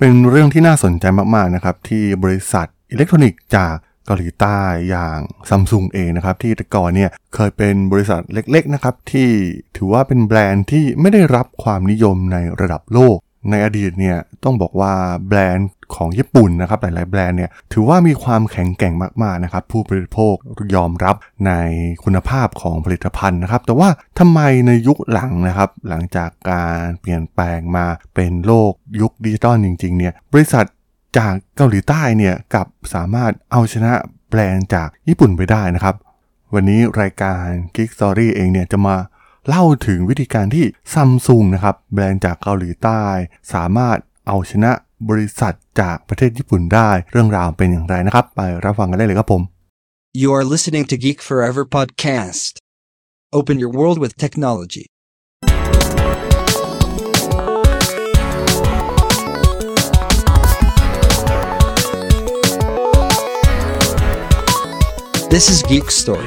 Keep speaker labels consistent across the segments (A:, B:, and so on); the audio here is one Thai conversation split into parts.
A: เป็นเรื่องที่น่าสนใจมากๆนะครับที่บริษัทอิเล็กทรอนิกส์จากเกาหลีใต้อย่าง Samsung เองนะครับที่แต่ก่อนเนี่ยเคยเป็นบริษัทเล็กๆนะครับที่ถือว่าเป็นแบรนด์ที่ไม่ได้รับความนิยมในระดับโลกในอดีตเนี่ยต้องบอกว่าแบรนด์ของญี่ปุ่นนะครับหลายๆแบรนด์เนี่ยถือว่ามีความแข็งแกร่งมากๆนะครับผู้บริโภคยอมรับในคุณภาพของผลิตภัณฑ์นะครับแต่ว่าทำไมในยุคหลังนะครับหลังจากการเปลี่ยนแปลงมาเป็นโลกยุคดิจิตอลจริงๆเนี่ยบริษัทจากเกาหลีใต้เนี่ยกลับสามารถเอาชนะแบรนด์จากญี่ปุ่นไปได้นะครับวันนี้รายการ Geek Story เองเนี่ยจะมาเล่าถึงวิธีการที่ Samsung นะครับแบรนด์จากเกาหลีใต้สามารถเอาชนะบริษัทจากประเทศญี่ปุ่นได้เรื่องราวเป็นอย่างไรนะครับไปรับฟังกันได้เลยครับผม
B: You are listening to Geek Forever podcast. Open your world with technology. This is Geek Story.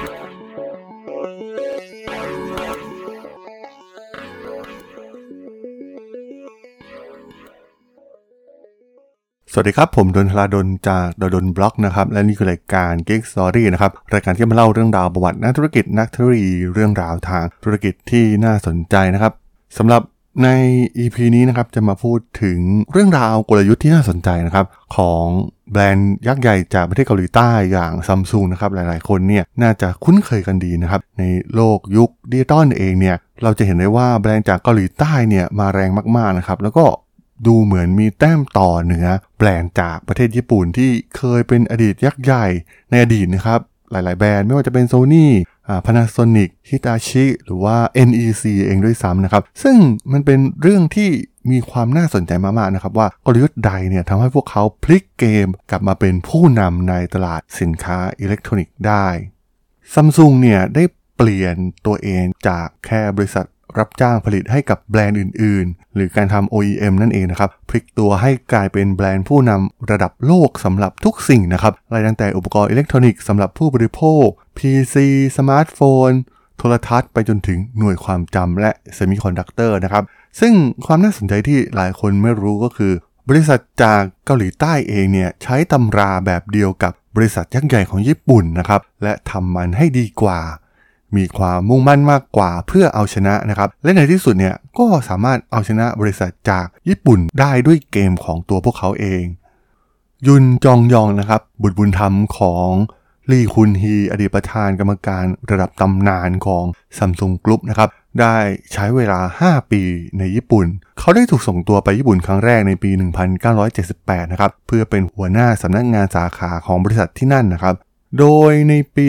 A: สวัสดีครับผมดนทราดลจากดนบล็อกนะครับและนี่คือรายการ Geek Story นะครับรายการที่มาเล่าเรื่องราวประวัตินักธุรกิจนักเทคโนโลยีเรื่องราวทางธุรกิจที่น่าสนใจนะครับสำหรับใน EP นี้นะครับจะมาพูดถึงเรื่องราวกลยุทธ์ที่น่าสนใจนะครับของแบรนด์ยักษ์ใหญ่จากประเทศเกาหลีใต้อย่าง Samsung นะครับหลายๆคนเนี่ยน่าจะคุ้นเคยกันดีนะครับในโลกยุคดิจิตอลเองเนี่ยเราจะเห็นได้ว่าแบรนด์จากเกาหลีใต้เนี่ยมาแรงมากๆนะครับแล้วก็ดูเหมือนมีแต้มต่อเหนือแบรนด์จากประเทศญี่ปุ่นที่เคยเป็นอดีตยักษ์ใหญ่ในอดีตนะครับหลายๆแบรนด์ไม่ว่าจะเป็น Sony Panasonic Hitachi หรือว่า NEC เองด้วยซ้ำนะครับซึ่งมันเป็นเรื่องที่มีความน่าสนใจมากๆนะครับว่ากลยุทธ์ใดเนี่ยทำให้พวกเขาพลิกเกมกลับมาเป็นผู้นำในตลาดสินค้าอิเล็กทรอนิกส์ได้ Samsung เนี่ยได้เปลี่ยนตัวเองจากแค่บริษัทรับจ้างผลิตให้กับแบรนด์อื่นๆหรือการทำ OEM นั่นเองนะครับพลิกตัวให้กลายเป็นแบรนด์ผู้นำระดับโลกสำหรับทุกสิ่งนะครับไล่ตั้งแต่อุปกรณ์อิเล็กทรอนิกส์สำหรับผู้บริโภค PC สมาร์ทโฟนโทรทัศน์ไปจนถึงหน่วยความจำและเซมิคอนดักเตอร์นะครับซึ่งความน่าสนใจที่หลายคนไม่รู้ก็คือบริษัทจากเกาหลีใต้เองเนี่ยใช้ตำราแบบเดียวกับบริษัทยักษ์ใหญ่ของญี่ปุ่นนะครับและทำมันให้ดีกว่ามีความมุ่งมั่นมากกว่าเพื่อเอาชนะนะครับและในที่สุดเนี่ยก็สามารถเอาชนะบริษัทจากญี่ปุ่นได้ด้วยเกมของตัวพวกเขาเองยุนจองยองนะครับบุตรบุญธรรมของลี่คุนฮีอดีตประธานกรรมการระดับตำนานของ Samsung Group นะครับได้ใช้เวลา5ปีในญี่ปุ่นเขาได้ถูกส่งตัวไปญี่ปุ่นครั้งแรกในปี 1978 นะครับเพื่อเป็นหัวหน้าสำนักงานสาขาของบริษัทที่นั่นนะครับโดยในปี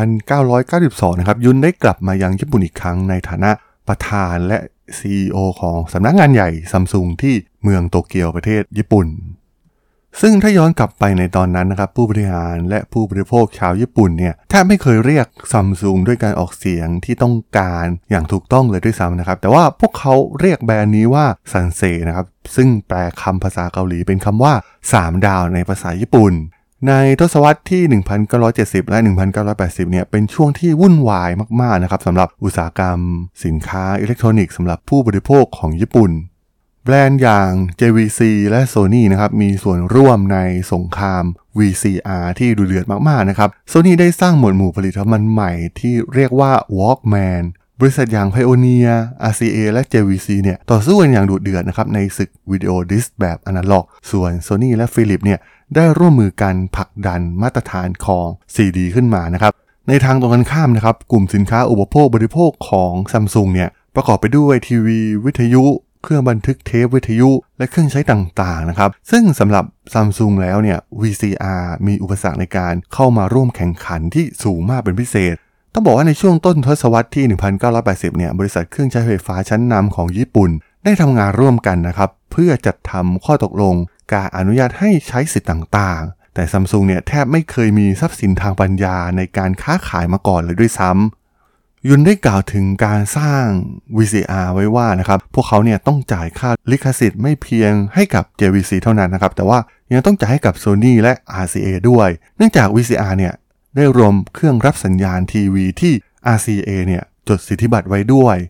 A: 1992 นะครับยุนได้กลับมายังญี่ปุ่นอีกครั้งในฐานะประธานและ CEO ของสำนักงานใหญ่ Samsung ที่เมืองโตเกียวประเทศญี่ปุ่นซึ่งถ้าย้อนกลับไปในตอนนั้นนะครับผู้บริหารและผู้บริโภคชาวญี่ปุ่นเนี่ยแทบไม่เคยเรียก Samsung ด้วยการออกเสียงที่ต้องการอย่างถูกต้องเลยด้วยซ้ำนะครับแต่ว่าพวกเขาเรียกแบรนด์นี้ว่าซันเซนะครับซึ่งแปลคำภาษาเกาหลีเป็นคำว่า3ดาวในภาษาญี่ปุ่นในทศวรรษที่ 1970 และ 1980 เนี่ยเป็นช่วงที่วุ่นวายมากๆนะครับสำหรับอุตสาหกรรมสินค้าอิเล็กทรอนิกส์สำหรับผู้บริโภคของญี่ปุ่นแบรนด์อย่าง JVC และ Sony นะครับมีส่วนร่วมในสงคราม VCR ที่ดุเดือดมากๆนะครับ Sony ได้สร้างหมวดหมู่ผลิตภัณฑ์ใหม่ที่เรียกว่า Walkman บริษัทอย่าง Pioneer RCA และ JVC เนี่ยต่อสู้กันอย่างดุเดือดนะครับในศึกวิดีโอดิสก์แบบอนาล็อกส่วน Sony และ Philips เนี่ยได้ร่วมมือกันผลักดันมาตรฐานของ CD ขึ้นมานะครับในทางตรงกันข้ามนะครับกลุ่มสินค้าอุปโภคบริโภคของ Samsung เนี่ยประกอบไปด้วยทีวีวิทยุเครื่องบันทึกเทปวิทยุและเครื่องใช้ต่างๆนะครับซึ่งสำหรับ Samsung แล้วเนี่ย VCR มีอุปสรรคในการเข้ามาร่วมแข่งขันที่สูงมากเป็นพิเศษต้องบอกว่าในช่วงต้นทศวรรษที่ 1980 เนี่ยบริษัทเครื่องใช้ไฟฟ้าชั้นนำของญี่ปุ่นได้ทำงานร่วมกันนะครับเพื่อจัดทำข้อตกลงการอนุญาตให้ใช้สิทธิ์ต่างๆแต่ Samsung เนี่ยแทบไม่เคยมีทรัพย์สินทางปัญญาในการค้าขายมาก่อนเลยด้วยซ้ำยุนได้กล่าวถึงการสร้าง VCR ไว้ว่านะครับพวกเขาเนี่ยต้องจ่ายค่าลิขสิทธิ์ไม่เพียงให้กับ JVC เท่านั้นนะครับแต่ว่ายังต้องจ่ายให้กับ Sony และ RCA ด้วยเนื่องจาก VCR เนี่ยได้รวมเครื่องรับสัญญาณทีวีที่ RCA เนี่ยจดสิทธิบัตรไว้ด้วย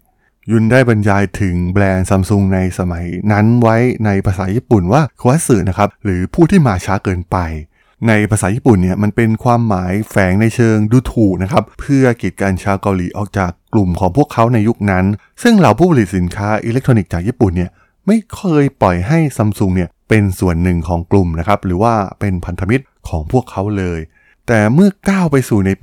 A: ยุนได้บรรยายถึงแบรนด์ซัมซุงในสมัยนั้นไว้ในภาษาญี่ปุ่นว่าควาสึนะครับหรือผู้ที่มาช้าเกินไปในภาษาญี่ปุ่นเนี่ยมันเป็นความหมายแฝงในเชิงดูถูกนะครับเพื่อกีดกันชาวเกาหลีออกจากกลุ่มของพวกเขาในยุคนั้นซึ่งเหล่าผู้ผลิตสินค้าอิเล็กทรอนิกส์จากญี่ปุ่นเนี่ยไม่เคยปล่อยให้ซัมซุงเนี่ยเป็นส่วนหนึ่งของกลุ่มนะครับหรือว่าเป็นพันธมิตรของพวกเขาเลยแต่เมื่อก้าวไปสู่ในปี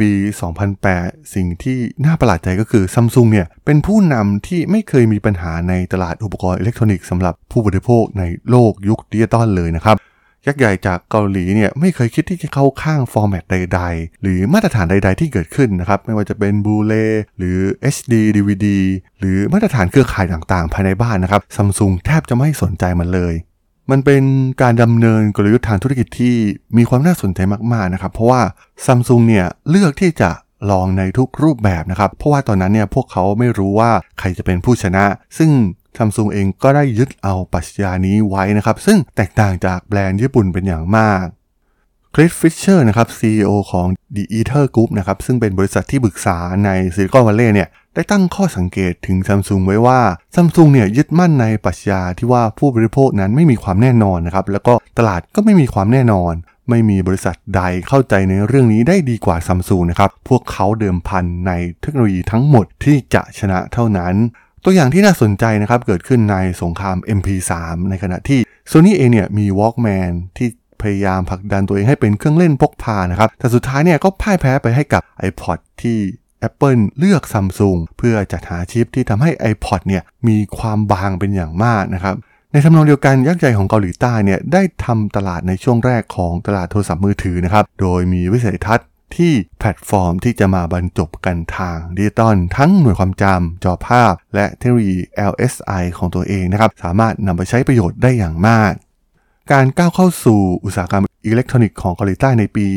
A: 2008 สิ่งที่น่าประหลาดใจก็คือ Samsung เนี่ยเป็นผู้นำที่ไม่เคยมีปัญหาในตลาดอุปกรณ์อิเล็กทรอนิกส์สำหรับผู้บริโภคในโลกยุคดิจิตอลเลยนะครับยักษ์ใหญ่จากเกาหลีเนี่ยไม่เคยคิดที่จะเข้าข้างฟอร์แมตใดๆหรือมาตรฐานใดๆที่เกิดขึ้นนะครับไม่ว่าจะเป็น Blu-ray หรือ HD DVD หรือมาตรฐานเครือข่ายต่างๆภายในบ้านนะครับ Samsung แทบจะไม่สนใจมันเลยมันเป็นการดำเนินกลยุทธ์ทางธุรกิจที่มีความน่าสนใจมากๆนะครับเพราะว่า Samsung เนี่ยเลือกที่จะลองในทุกรูปแบบนะครับเพราะว่าตอนนั้นเนี่ยพวกเขาไม่รู้ว่าใครจะเป็นผู้ชนะซึ่งSamsung เองก็ได้ยึดเอาปรัชญานี้ไว้นะครับซึ่งแตกต่างจากแบรนด์ญี่ปุ่นเป็นอย่างมากคริส ฟิชเชอร์นะครับ CEO ของ The Ether Group นะครับซึ่งเป็นบริษัทที่ปรึกษาในซิลิคอนวัลเลย์เนี่ยได้ตั้งข้อสังเกตถึง Samsung ไว้ว่า Samsung เนี่ยยึดมั่นในปรัชญาที่ว่าผู้บริโภคนั้นไม่มีความแน่นอนนะครับแล้วก็ตลาดก็ไม่มีความแน่นอนไม่มีบริษัทใดเข้าใจในเรื่องนี้ได้ดีกว่า Samsung นะครับพวกเขาเดิมพันในเทคโนโลยีทั้งหมดที่จะชนะเท่านั้นตัวอย่างที่น่าสนใจนะครับเกิดขึ้นในสงคราม MP3 ในขณะที่ Sony เองเนี่ยมี Walkman ที่พยายามผลักดันตัวเองให้เป็นเครื่องเล่นพกพานะครับแต่สุดท้ายเนี่ยก็พ่ายแพ้ไปให้กับ iPod ที่ Apple เลือก Samsung เพื่อจัดหาชิปที่ทำให้ iPod เนี่ยมีความบางเป็นอย่างมากนะครับในทำนองเดียวกันยักษ์ใหญ่ของเกาหลีใต้เนี่ยได้ทำตลาดในช่วงแรกของตลาดโทรศัพท์มือถือนะครับโดยมีวิสัยทัศน์ที่แพลตฟอร์มที่จะมาบรรจบกันทางดิจิตอลทั้งหน่วยความจำจอภาพและเทคโนโลยี LSI ของตัวเองนะครับสามารถนำไปใช้ประโยชน์ได้อย่างมากการก้าวเข้าสู่อุตสาหกรรมอิเล็กทรอนิกส์ของเกาหลีใต้ในปี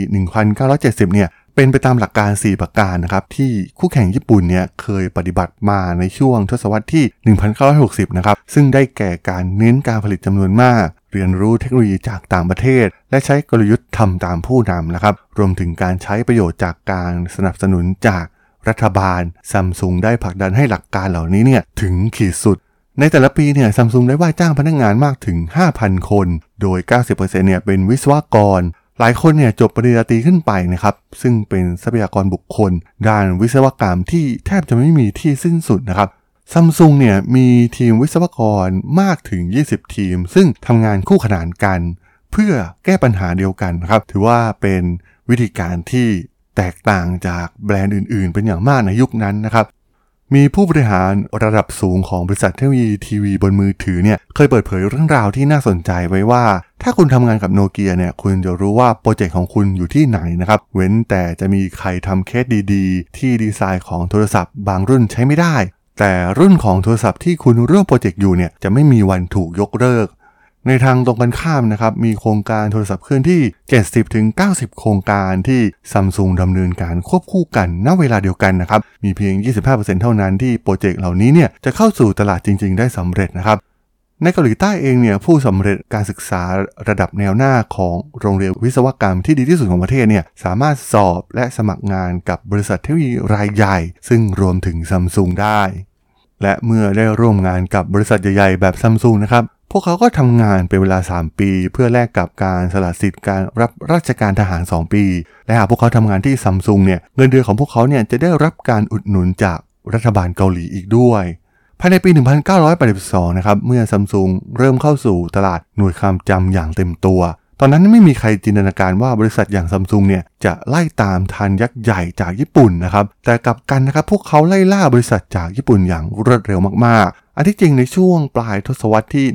A: 1970 เนี่ยเป็นไปตามหลักการ 4 ประการนะครับที่คู่แข่งญี่ปุ่นเนี่ยเคยปฏิบัติมาในช่วงทศวรรษที่ 1960 นะครับซึ่งได้แก่การเน้นการผลิตจำนวนมากเรียนรู้เทคโนโลยีจากต่างประเทศและใช้กลยุทธ์ทำตามผู้นำนะครับรวมถึงการใช้ประโยชน์จากการสนับสนุนจากรัฐบาล Samsung ได้ผลักดันให้หลักการเหล่านี้เนี่ยถึงขีดสุดในแต่ละปีเนี่ย Samsung ได้ว่าจ้างพนักงานมากถึง 5,000 คนโดย 90% เนี่ยเป็นวิศวกรหลายคนเนี่ยจบปริญญาตรีขึ้นไปนะครับซึ่งเป็นทรัพยากรบุคคลด้านวิศวกรรมที่แทบจะไม่มีที่สิ้นสุดนะครับSamsung เนี่ยมีทีมวิศวกรมากถึง20ทีมซึ่งทำงานคู่ขนานกันเพื่อแก้ปัญหาเดียวกันนะครับถือว่าเป็นวิธีการที่แตกต่างจากแบรนด์อื่นๆเป็นอย่างมากในยุคนั้นนะครับมีผู้บริหารระดับสูงของบริษัทเทคโนโลยีทีวีบนมือถือเนี่ยเคยเปิดเผยเรื่องราวที่น่าสนใจไว้ว่าถ้าคุณทำงานกับโนเกียเนี่ยคุณจะรู้ว่าโปรเจกต์ของคุณอยู่ที่ไหนนะครับเว้นแต่จะมีใครทำเคสดีๆที่ดีไซน์ของโทรศัพท์บางรุ่นใช้ไม่ได้แต่รุ่นของโทรศัพท์ที่คุณร่วมโปรเจกต์อยู่เนี่ยจะไม่มีวันถูกยกเลิกในทางตรงกันข้ามนะครับมีโครงการโทรศัพท์เคลื่อนที่ 70-90 โครงการที่ Samsung ดำเนินการควบคู่กันณเวลาเดียวกันนะครับมีเพียง 25% เท่านั้นที่โปรเจกต์เหล่านี้เนี่ยจะเข้าสู่ตลาดจริงๆได้สำเร็จนะครับในเกาหลีใต้เองเนี่ยผู้สำเร็จการศึกษาระดับแนวหน้าของโรงเรียนวิศวกรรมที่ดีที่สุดของประเทศเนี่ยสามารถสอบและสมัครงานกับบริษัทเทคโนโลยีรายใหญ่ซึ่งรวมถึง Samsung ได้และเมื่อได้ร่วมงานกับบริษัทใหญ่ๆแบบ Samsung นะครับพวกเขาก็ทำงานเป็นเวลา3ปีเพื่อแลกกับการสละสิทธิ์การรับราชการทหาร2ปีและหากพวกเขาทำงานที่ Samsung เนี่ยเงินเดือนของพวกเขาเนี่ยจะได้รับการอุดหนุนจากรัฐบาลเกาหลีอีกด้วยภายในปี 1982 นะครับเมื่อ Samsung เริ่มเข้าสู่ตลาดหน่วยความจำอย่างเต็มตัวตอนนั้นไม่มีใครจินตนาการว่าบริษัทอย่าง Samsung เนี่ยจะไล่ตามทันยักษ์ใหญ่จากญี่ปุ่นนะครับแต่กลับกันนะครับพวกเขาไล่ล่าบริษัทจากญี่ปุ่นอย่างรวดเร็วมากๆอันที่จริงในช่วงปลายทศวรรษที่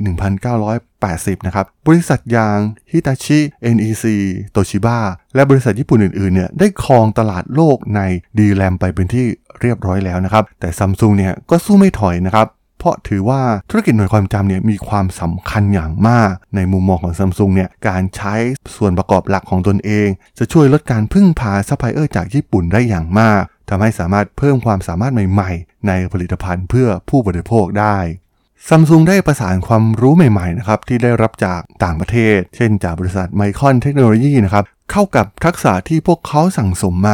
A: 1980 นะครับบริษัทอย่าง Hitachi, NEC, Toshiba และบริษัทญี่ปุ่นอื่นๆเนี่ยได้ครองตลาดโลกใน DRAM ไปเป็นที่เรียบร้อยแล้วนะครับแต่ Samsung เนี่ยก็สู้ไม่ถอยนะครับเพราะถือว่าธุรกิจหน่วยความจำเนี่ยมีความสำคัญอย่างมากในมุมมองของ Samsung เนี่ยการใช้ส่วนประกอบหลักของตนเองจะช่วยลดการพึ่งพาซัพพลายเออร์จากญี่ปุ่นได้อย่างมากทำให้สามารถเพิ่มความสามารถใหม่ๆในผลิตภัณฑ์เพื่อผู้บริโภคได้ Samsung ได้ประสานความรู้ใหม่ๆนะครับที่ได้รับจากต่างประเทศเช่นจากบริษัทไมคอนเทคโนโลยีนะครับเข้ากับทักษะที่พวกเขาสั่งสมมา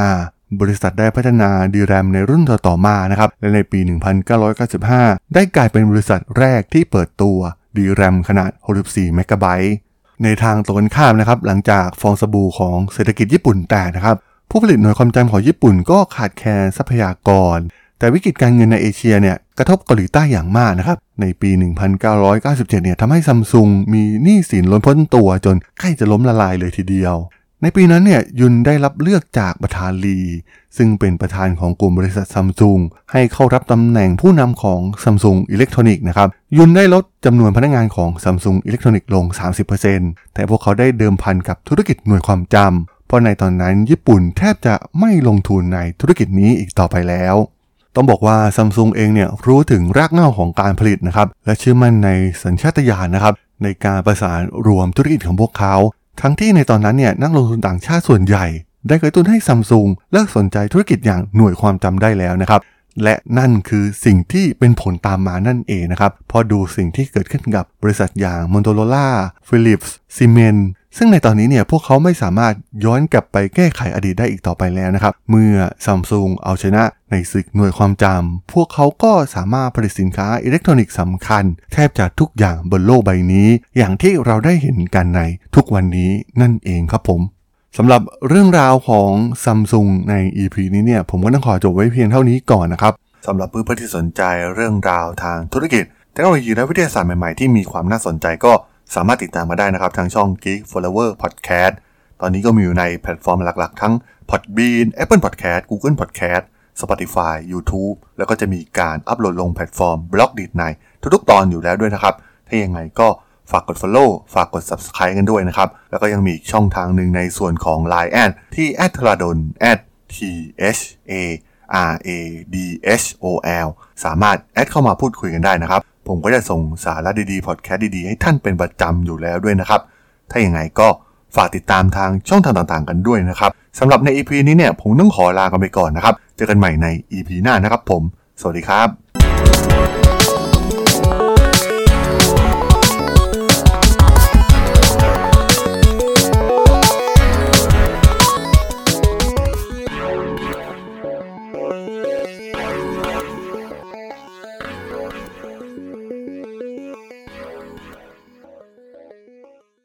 A: บริษัทได้พัฒนา DRAM ในรุ่นต่อๆมานะครับและในปี 1995 ได้กลายเป็นบริษัทแรกที่เปิดตัว DRAM ขนาด 64 เมกะไบต์ในทางตรงกันข้ามนะครับหลังจากฟองสบู่ของเศรษฐกิจญี่ปุ่นแตกนะครับผู้ผลิตหน่วยความจำของญี่ปุ่นก็ขาดแคลนทรัพยากรแต่วิกฤตการเงินในเอเชียเนี่ยกระทบเกาหลีใต้อย่างมากนะครับในปี 1997 เนี่ยทำให้ซัมซุงมีหนี้สินล้นพ้นตัวจนใกล้จะล้มละลายเลยทีเดียวในปีนั้นเนี่ยยุนได้รับเลือกจากประธานลีซึ่งเป็นประธานของกลุ่มบริษัทซัมซุงให้เข้ารับตำแหน่งผู้นำของซัมซุงอิเล็กทรอนิกส์นะครับยุนได้ลดจำนวนพนักงานของซัมซุงอิเล็กทรอนิกส์ลง 30% แต่พวกเขาได้เดิมพันกับธุรกิจหน่วยความจำเพราะในตอนนั้นญี่ปุ่นแทบจะไม่ลงทุนในธุรกิจนี้อีกต่อไปแล้วต้องบอกว่า Samsung เองเนี่ยรู้ถึงรากเหง้าของการผลิตนะครับและเชื่อมั่นในสัญชาตญาณนะครับในการประสานรวมธุรกิจของพวกเขาทั้งที่ในตอนนั้นเนี่ยนักลงทุนต่างชาติส่วนใหญ่ได้กระตุ้นให้ Samsung เลิกสนใจธุรกิจอย่างหน่วยความจำได้แล้วนะครับและนั่นคือสิ่งที่เป็นผลตามมานั่นเองนะครับพอดูสิ่งที่เกิดขึ้นกับบริษัทอย่าง Motorola Philips Siemensซึ่งในตอนนี้เนี่ยพวกเขาไม่สามารถย้อนกลับไปแก้ไขอดีตได้อีกต่อไปแล้วนะครับเมื่อ Samsung เอาชนะในศึกหน่วยความจำพวกเขาก็สามารถผลิตสินค้าอิเล็กทรอนิกส์สำคัญแทบจะทุกอย่างบนโลกใบนี้อย่างที่เราได้เห็นกันในทุกวันนี้นั่นเองครับผมสำหรับเรื่องราวของ Samsung ใน EP นี้เนี่ยผมก็ต้องขอจบไว้เพียงเท่านี้ก่อนนะครับสำหรับเพื่อนๆที่สนใจเรื่องราวทางธุรกิจเทคโนโลยีและวิทยาศาสตร์ใหม่ๆที่มีความน่าสนใจก็สามารถติดตามมาได้นะครับทางช่อง Geek Flower Podcast ตอนนี้ก็มีอยู่ในแพลตฟอร์มหลักๆทั้ง Podbean, Apple Podcast, Google Podcast, Spotify, YouTube แล้วก็จะมีการอัปโหลดลงแพลตฟอร์ม Blogdit ในทุกๆตอนอยู่แล้วด้วยนะครับถ้ายังไงก็ฝากกด Follow ฝากกด Subscribe กันด้วยนะครับแล้วก็ยังมีอีกช่องทางหนึ่งในส่วนของ Line แอดที่ @thradol @thradol สามารถแอดเข้ามาพูดคุยกันได้นะครับผมก็จะส่งสาระดีๆพอดแคสต์ดีๆให้ท่านเป็นประจำอยู่แล้วด้วยนะครับถ้าอย่างไรก็ฝากติดตามทางช่องทางต่างๆกันด้วยนะครับสำหรับใน EP นี้เนี่ยผมต้องขอลากันไปก่อนนะครับเจอกันใหม่ใน EP หน้านะครับผมสวัสดีครับ